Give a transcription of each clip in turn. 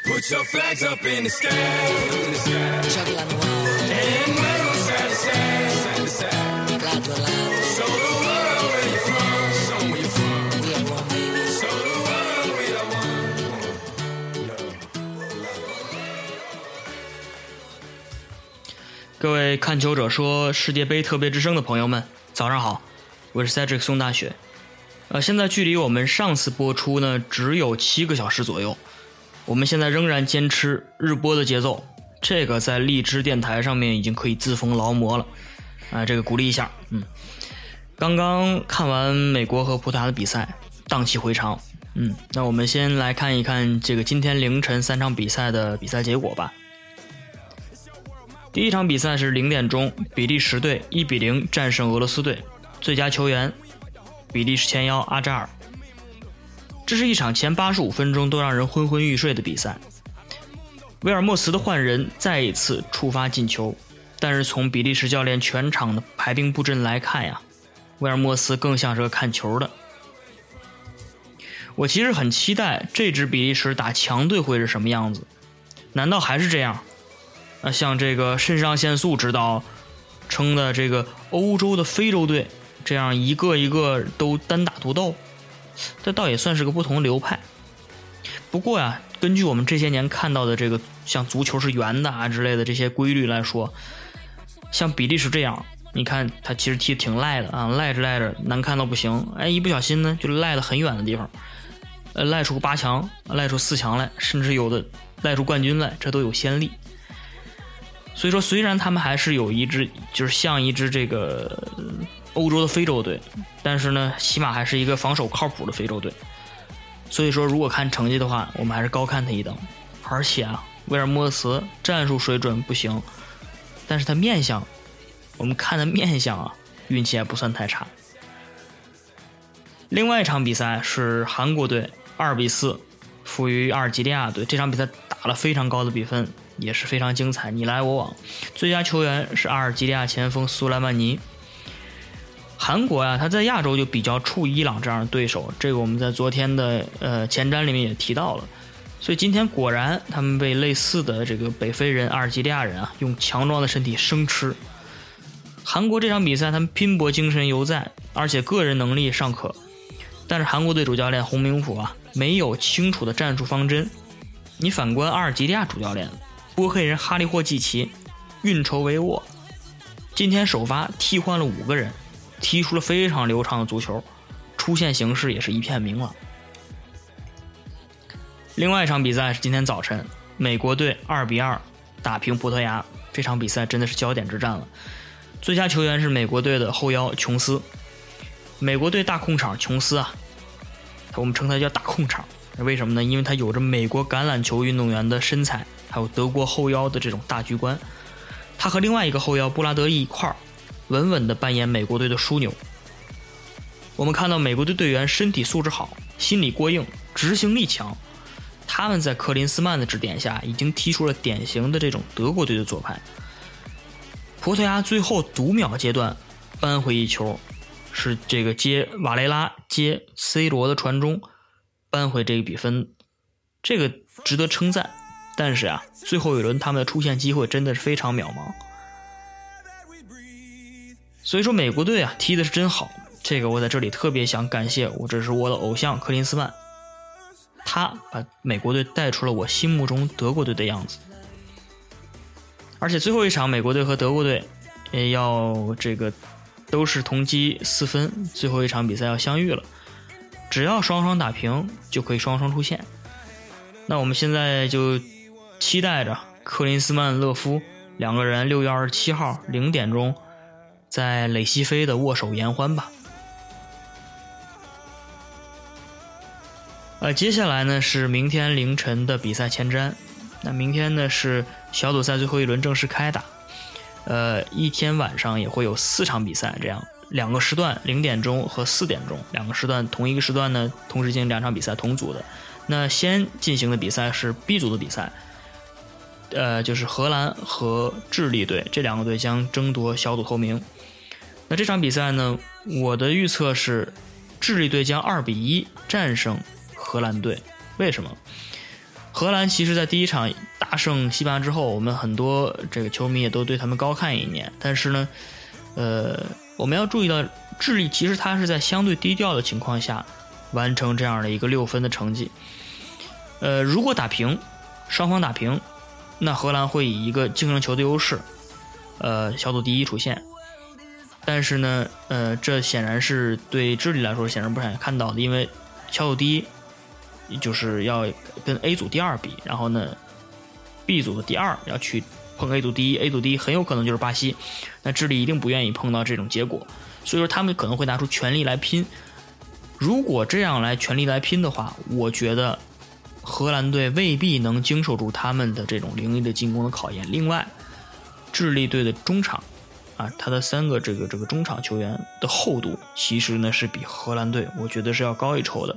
Put your flags up in the sky, juggle on the wall, and wave side to side, side to side, fly to a line. Show the world where you're from, show where you're from. We are one, baby. Show the world we are one. 各位看球者说世界杯特别之声的朋友们，早上好，我是 Cedric 宋大雪。现在距离我们上次播出呢只有7个小时左右。我们现在仍然坚持日播的节奏，这个在荔枝电台上面已经可以自封劳模了，这个鼓励一下。刚刚看完美国和葡萄牙的比赛，荡气回肠。那我们先来看一看这个今天凌晨3场比赛的比赛结果吧。第一场比赛是0点钟，比利时队1-0战胜俄罗斯队，最佳球员比利时前腰阿扎尔。这是一场前85分钟都让人昏昏欲睡的比赛。威尔莫斯的换人再一次触发进球，但是从比利时教练全场的排兵布阵来看呀，威尔莫斯更像是个看球的。我其实很期待这支比利时打强队会是什么样子，难道还是这样？像这个肾上腺素指导称的这个欧洲的非洲队，这样一个一个都单打独斗，这倒也算是个不同流派。不过呀，根据我们这些年看到的这个像足球是圆的之类的这些规律来说，像比利时这样，你看他其实踢得挺赖的赖着赖着难看到不行，一不小心呢就赖得很远的地方，赖出8强，赖出4强来，甚至有的赖出冠军来，这都有先例。所以说虽然他们还是有一支就是像一支这个欧洲的非洲队，但是呢起码还是一个防守靠谱的非洲队。所以说如果看成绩的话，我们还是高看他一等。而且威尔莫斯战术水准不行，但是他面相，我们看的面相运气还不算太差。另外一场比赛是韩国队2-4负于阿尔及利亚队，这场比赛打了非常高的比分，也是非常精彩，你来我往。最佳球员是阿尔及利亚前锋苏莱曼尼。韩国他在亚洲就比较怵伊朗这样的对手，这个我们在昨天的前瞻里面也提到了。所以今天果然他们被类似的这个北非人阿尔及利亚人用强壮的身体生吃。韩国这场比赛他们拼搏精神犹在，而且个人能力尚可，但是韩国队主教练洪明甫没有清楚的战术方针。你反观阿尔及利亚主教练波黑人哈利霍季奇运筹帷幄，今天首发替换了5个人，踢出了非常流畅的足球，出线形势也是一片明朗。另外一场比赛是今天早晨，美国队2-2打平葡萄牙，这场比赛真的是焦点之战了。最佳球员是美国队的后腰琼斯。美国队大控场琼斯我们称他叫大控场，为什么呢？因为他有着美国橄榄球运动员的身材，还有德国后腰的这种大局观。他和另外一个后腰布拉德利一块稳稳地扮演美国队的枢纽。我们看到美国队队员身体素质好，心理过硬，执行力强，他们在克林斯曼的指点下已经踢出了典型的这种德国队的做派。葡萄牙最后读秒阶段扳回一球，是这个接瓦雷拉接 C 罗的传中扳回这个比分，这个值得称赞。但是最后一轮他们的出线机会真的是非常渺茫。所以说美国队踢的是真好，这个我在这里特别想感谢这是我的偶像克林斯曼，他把美国队带出了我心目中德国队的样子。而且最后一场美国队和德国队也要这个都是同积4分，最后一场比赛要相遇了，只要双双打平就可以双双出线。那我们现在就期待着克林斯曼勒夫2个人6月27号0点钟在雷西菲的握手言欢吧。接下来呢是明天凌晨的比赛前瞻。那明天呢是小组赛最后一轮正式开打，一天晚上也会有4场比赛，这样2个时段0点钟和4点钟2个时段，同一个时段呢同时进行2场比赛，同组的。那先进行的比赛是 B 组的比赛，就是荷兰和智利队，这2个队将争夺小组头名。那这场比赛呢，我的预测是智利队将2-1战胜荷兰队。为什么？ 荷兰其实在第一场大胜西班牙之后，我们很多这个球迷也都对他们高看一眼，但是呢我们要注意到智利其实他是在相对低调的情况下完成这样的一个6分的成绩。如果打平，双方打平，那荷兰会以一个净胜球的优势小组第一出现。但是呢这显然是对智利来说显然不想看到的，因为小组第一就是要跟 A 组第二比，然后呢 B 组的第二要去碰 A 组第一， A 组第一很有可能就是巴西，那智利一定不愿意碰到这种结果，所以说他们可能会拿出全力来拼。如果这样来全力来拼的话，我觉得荷兰队未必能经受住他们的这种凌厉的进攻的考验。另外智利队的中场他的3个这个中场球员的厚度其实呢是比荷兰队我觉得是要高一筹的。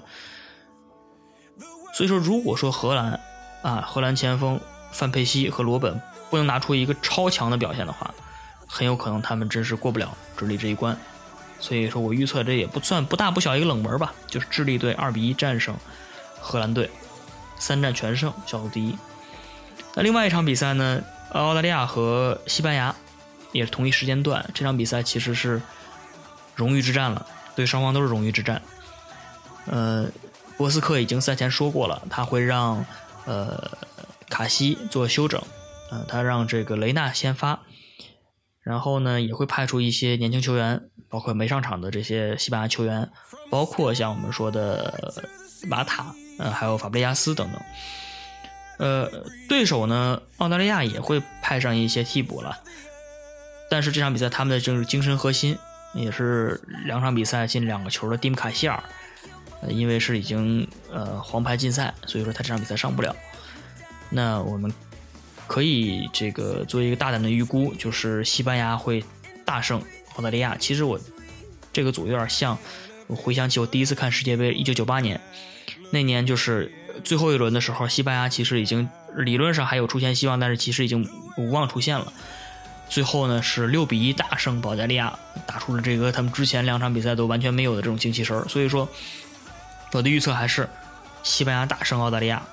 所以说如果说荷兰前锋范佩西和罗本不能拿出一个超强的表现的话，很有可能他们真是过不了智利这一关。所以说我预测这也不算不大不小一个冷门吧，就是智利队2-1战胜荷兰队，3战全胜，小组第一。那另外一场比赛呢，澳大利亚和西班牙也是同一时间段，这场比赛其实是荣誉之战了，对双方都是荣誉之战。波斯克已经赛前说过了，他会让卡西做休整，他让这个雷纳先发，然后呢也会派出一些年轻球员，包括没上场的这些西班牙球员，包括像我们说的马塔，还有法布雷加斯等等。对手呢澳大利亚也会派上一些替补了，但是这场比赛他们的正是精神核心，也是2场比赛进2个球的蒂姆卡希尔，因为是已经黄牌禁赛，所以说他这场比赛上不了。那我们可以这个做一个大胆的预估，就是西班牙会大胜澳大利亚。其实我这个组有点像，我回想起我第一次看世界杯1998年，那年就是最后一轮的时候，西班牙其实已经理论上还有出现希望，但是其实已经无望出现了。最后呢是6-1大胜保加利亚，打出了这个他们之前2场比赛都完全没有的这种精气神。所以说我的预测还是西班牙大胜澳大利亚，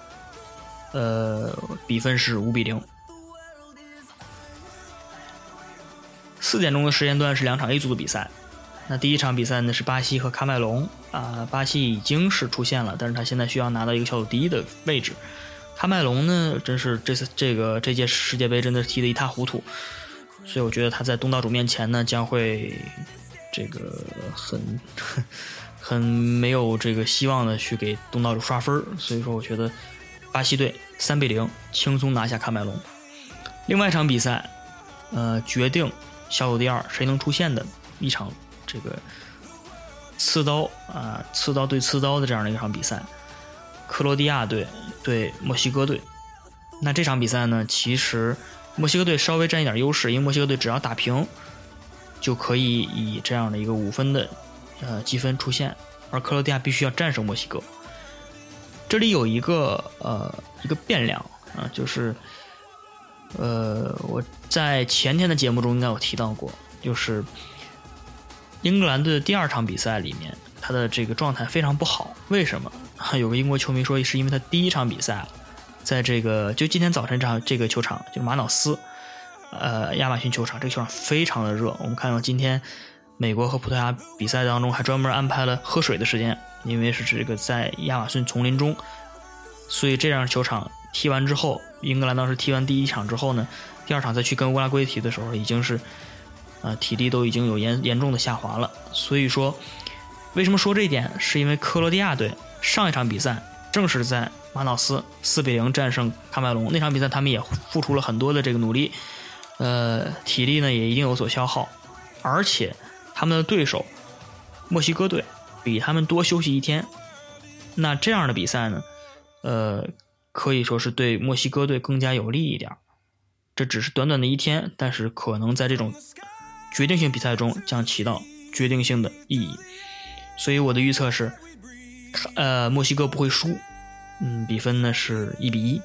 比分是5-0。4点钟的时间段是2场 A 组的比赛。那第一场比赛呢是巴西和喀麦隆，巴西已经是出现了，但是他现在需要拿到一个小组第一的位置。喀麦隆呢真是这届世界杯真的踢得一塌糊涂，所以我觉得他在东道主面前呢将会这个很没有这个希望的去给东道主刷分，所以说我觉得巴西队3-0轻松拿下喀麦隆。另外一场比赛决定小组第二谁能出现的一场这个刺刀对刺刀的这样的一场比赛，克罗地亚队对墨西哥队。那这场比赛呢其实墨西哥队稍微占一点优势，因为墨西哥队只要打平就可以以这样的一个5分的积分出现，而克罗地亚必须要战胜墨西哥。这里有一个变量就是我在前天的节目中应该有提到过，就是英格兰队的第2场比赛里面他的这个状态非常不好。为什么？有个英国球迷说是因为他第1场比赛在这个就今天早晨这个球场就是马瑙斯亚马逊球场，这个球场非常的热。我们看到今天美国和葡萄牙比赛当中还专门安排了喝水的时间，因为是这个在亚马逊丛林中，所以这样球场踢完之后，英格兰当时踢完第1场之后呢，第2场再去跟乌拉圭踢的时候已经是体力都已经有严重的下滑了。所以说为什么说这一点，是因为克罗地亚队上一场比赛正是在马瑙斯4-0战胜喀麦隆，那场比赛他们也付出了很多的这个努力，体力呢也一定有所消耗，而且他们的对手墨西哥队比他们多休息1天。那这样的比赛呢可以说是对墨西哥队更加有利一点。这只是短短的1天，但是可能在这种决定性比赛中将起到决定性的意义。所以我的预测是墨西哥不会输，比分呢是1-1。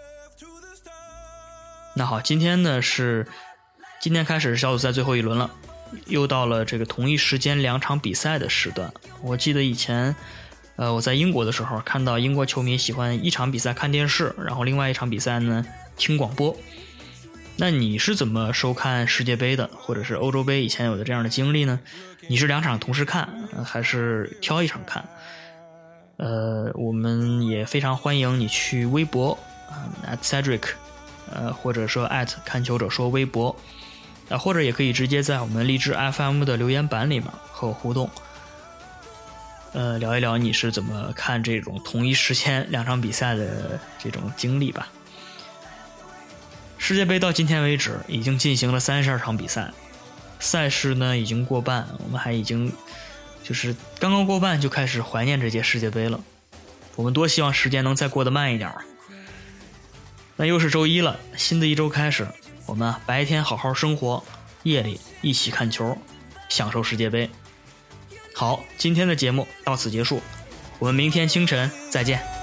那好，今天开始是小组赛最后一轮了，又到了这个同一时间2场比赛的时段。我记得以前我在英国的时候看到英国球迷喜欢一场比赛看电视，然后另外一场比赛呢听广播。那你是怎么收看世界杯的，或者是欧洲杯以前有的这样的经历呢？你是2场同时看，还是挑一场看？我们也非常欢迎你去微博@Cedric，或者说看球者说微博，或者也可以直接在我们荔枝 FM 的留言板里面和我互动，聊一聊你是怎么看这种同一时间2场比赛的这种经历吧。世界杯到今天为止已经进行了32场比赛，赛事呢已经过半，我们还已经就是刚刚过半就开始怀念这届世界杯了。我们多希望时间能再过得慢一点。那又是周一了，新的一周开始，我们白天好好生活，夜里一起看球，享受世界杯。好，今天的节目到此结束，我们明天清晨再见。